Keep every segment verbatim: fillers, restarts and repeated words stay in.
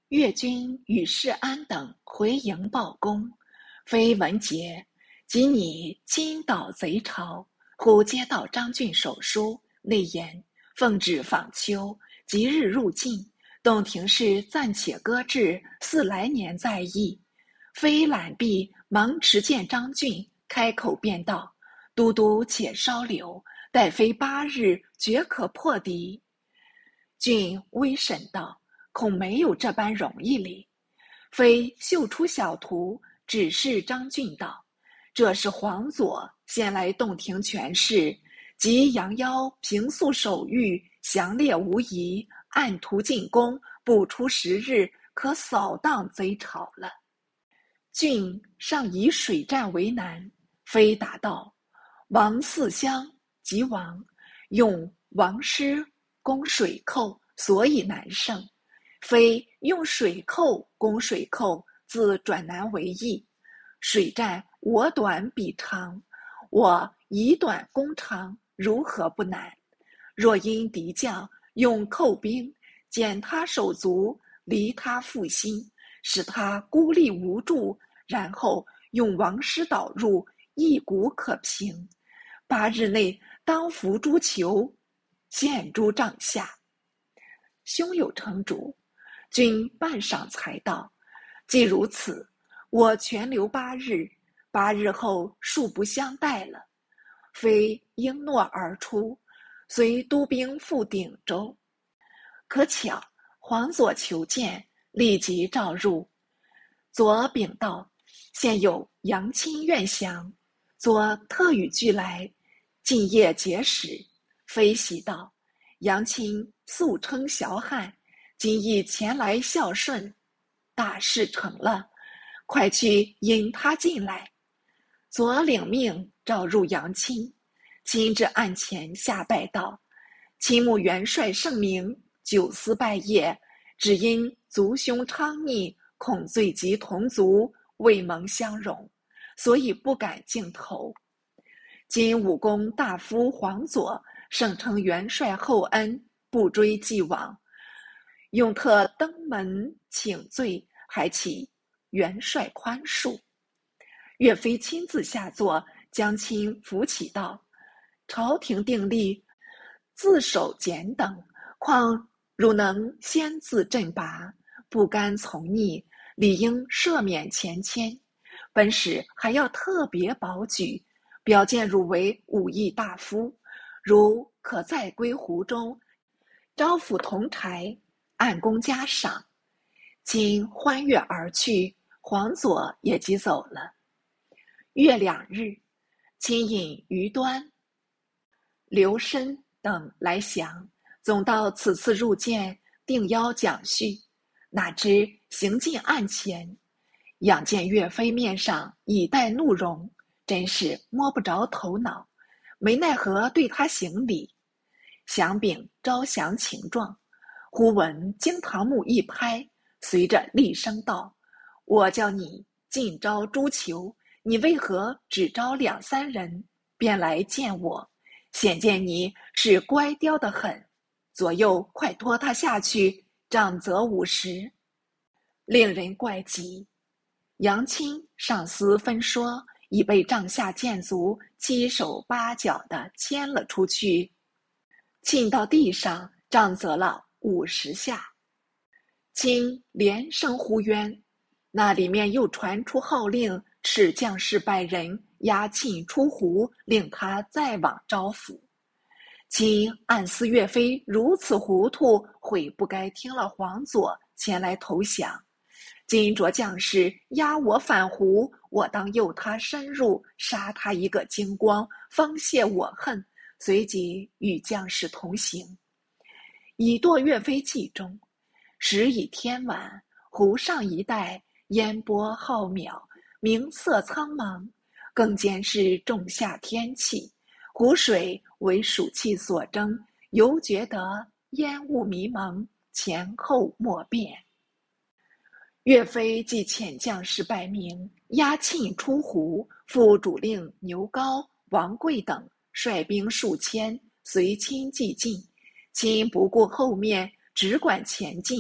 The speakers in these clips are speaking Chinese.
越军与世安等回营报功，非闻捷，及你今捣贼巢，忽接到张俊手书，内言奉旨访丘，即日入晋。洞庭氏暂且搁置，四来年再议。非懒毕，忙持见张俊，开口便道：都督且稍留，待非八日，决可破敌。俊微审道：恐没有这般容易哩。非秀出小图，指示张俊道：这是皇佐先来洞庭权势，及杨妖平素守御，详列无疑，按图进攻，不出十日，可扫荡贼巢了。俊尚以水战为难，非答道：王四乡即王，用王师攻水寇，所以难胜。非用水寇攻水寇，自转难为易。水战我短彼长，我以短攻长，如何不难？若因敌将用寇兵，减他手足，离他腹心，使他孤立无助，然后用王师导入，一鼓可平。八日内当伏诸囚，献诸帐下。胸有成竹。君半晌才道：既如此，我全留八日，八日后恕不相待了。非应诺而出，随督兵赴鼎州。可巧皇佐求见，立即召入。左禀道：现有杨钦愿降。左特与俱来，进夜结使。非喜道：杨钦素称小汉，今亦前来孝顺，大事成了，快去引他进来。左领命召入杨钦，亲至案前下拜道：钦慕元帅圣明，久思拜谒，只因族兄昌逆，恐罪及同族，未蒙相容，所以不敢敬头。今武功大夫皇佐盛称元帅厚恩，不追既往，用特登门请罪，还请元帅宽恕。岳飞亲自下座，将钦扶起道：朝廷定例，自守简等，况汝能先自阵拔，不甘从逆，理应赦免前愆。本使还要特别保举，表见汝为武艺大夫，如可再归湖中，招抚同柴，按功加赏。钦欢悦而去，皇佐也即走了。月两日，钦引于端、刘申等来降，总道此次入见，定邀讲叙。哪知行进案前，仰见岳飞面上已带怒容，真是摸不着头脑，没奈何对他行礼。降禀招降情状，忽闻惊堂木一拍，随着厉声道：我叫你尽招诸囚，你为何只招两三人，便来见我？显见你是乖刁得很，左右快拖他下去，杖责五十。令人怪极。杨钦上司分说，已被帐下贱卒七手八脚地牵了出去，浸到地上，杖责了五十下。钦连声呼冤，那里面又传出号令，斥将士百人押钦出湖，令他再往招抚。钦暗思岳飞如此糊涂，悔不该听了皇佐前来投降。今着将士押我返湖，我当诱他深入，杀他一个精光，方泄我恨。随即与将士同行，已堕岳飞计中。时已天晚，湖上一带烟波浩渺，明色苍茫，更兼是仲夏天气，湖水为暑气所蒸，犹觉得烟雾迷蒙，前后莫辨。岳飞即遣将士百名，押钦出湖，副主令牛皋、王贵等率兵数千，随钦既进。钦不顾后面，只管前进，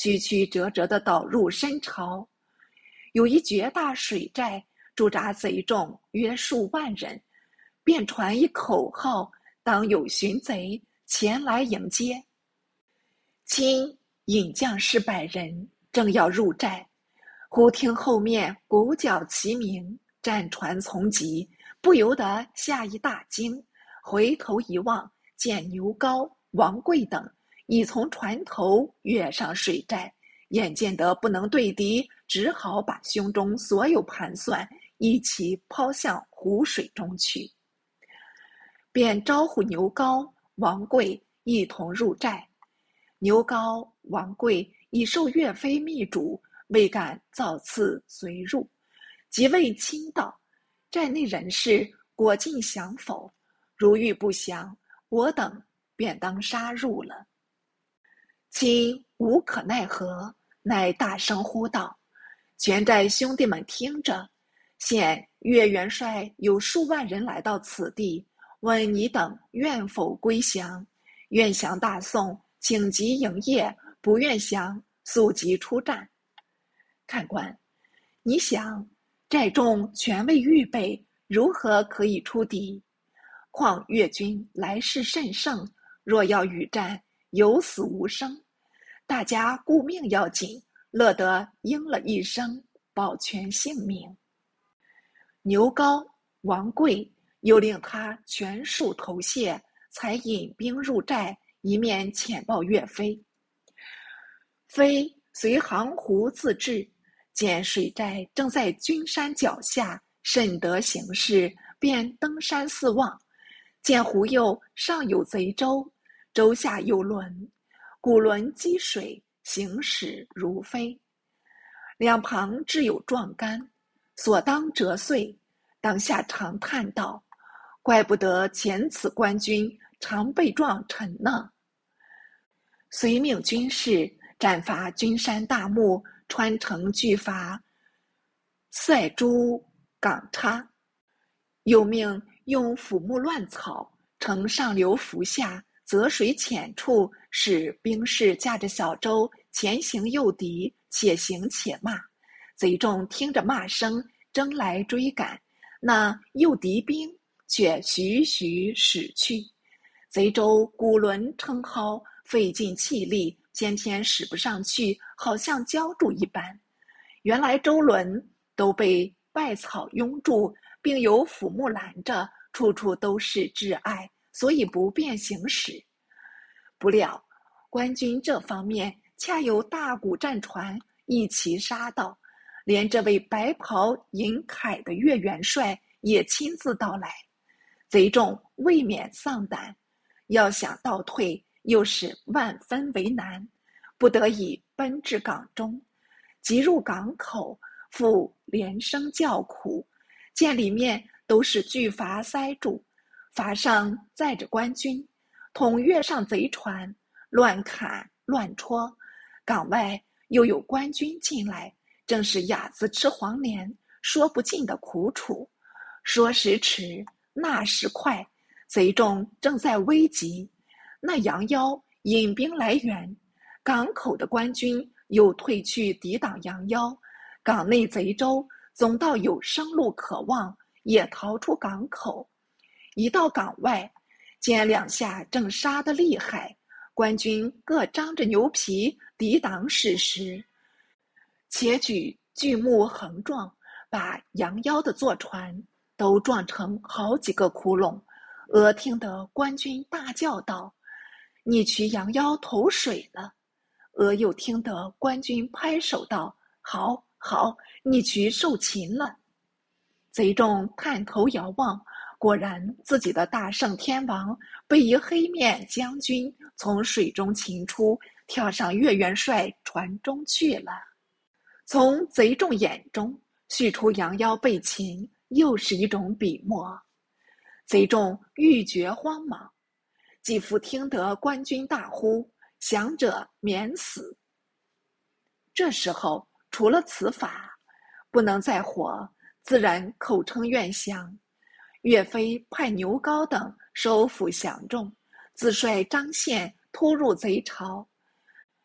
曲曲折折地导入深潮。有一绝大水寨，驻扎贼众约数万人，便传一口号，当有寻贼前来迎接。亲引将士百人，正要入寨，忽听后面鼓角齐鸣，战船从疾，不由得吓一大惊，回头一望，见牛皋、王贵等已从船头跃上水寨，眼见得不能对敌，只好把胸中所有盘算一起抛向湖水中去，便招呼牛皋、王贵一同入寨。牛皋、王贵已受岳飞密嘱，未敢造次随入，即谓亲道：寨内人士果尽降否？如欲不降，我等便当杀入了。亲无可奈何，乃大声呼道：全寨兄弟们听着，现岳元帅有数万人来到此地，问你等愿否归降？愿降大宋，请即营业，不愿降，速即出战。看官，你想，寨中全未预备，如何可以出敌？况越军来势甚盛，若要与战，有死无生，大家顾命要紧，乐得应了一声，保全性命。牛皋、王贵又令他全数投谢，才引兵入寨，一面遣报岳飞。飞随杭湖自至，见水寨正在君山脚下，甚得形势，便登山四望，见湖右上有贼舟，舟下有轮，古轮击水，行驶如飞，两旁置有壮杆，所当折碎。当下长叹道：怪不得前此官军常被撞沉呢。遂命军士斩伐君山大木，穿成巨筏，塞诸港叉，又命用腐木乱草乘上流浮下，择水浅处，使兵士驾着小舟前行诱敌，且行且骂。贼众听着骂声，争来追赶，那诱敌兵却徐徐驶去。贼舟鼓轮撑蒿，费尽气力，偏偏驶不上去，好像浇筑一般。原来舟轮都被败草拥住，并有腐木拦着，处处都是挚爱，所以不便行驶。不料官军这方面恰有大股战船一齐杀到，连这位白袍银铠的岳元帅也亲自到来。贼众未免丧胆，要想倒退，又是万分为难，不得已奔至港中。即入港口，复连声叫苦，见里面都是巨筏塞住，筏上载着官军，统跃上贼船，乱砍乱戳。港外又有官军进来，正是哑子吃黄连，说不尽的苦楚。说时迟，那时快，贼众正在危急。那杨妖引兵来援，港口的官军又退去抵挡杨妖，港内贼舟总到有生路可望，也逃出港口。一到港外，见两下正杀得厉害，官军各张着牛皮抵挡矢石，且举巨木横撞，把杨妖的坐船都撞成好几个窟窿。俄听得官军大叫道：你取杨妖投水了。俄又听得官军拍手道：好好，你取受擒了。贼众探头遥望，果然自己的大圣天王被一黑面将军从水中擒出，跳上岳元帅船中去了。从贼众眼中叙出杨妖被擒，又是一种笔墨。贼众欲觉慌忙，几乎听得官军大呼：降者免死。这时候除了此法，不能再活，自然口称愿降。岳飞派牛皋等收服降众，自率张宪突入贼巢。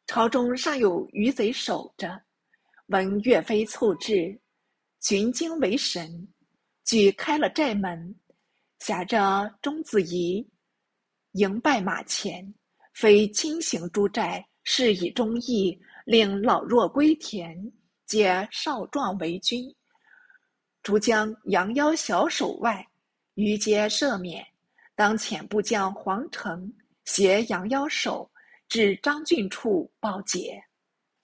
朝中尚有余贼守着。闻岳飞猝至，群惊为神，举开了寨门，挟着钟子仪迎拜马前。非亲行诸寨，是以忠义，令老弱归田，皆少壮为军。诸将杨腰小守外，余皆赦免。当遣部将黄成携杨腰守至张郡处报捷。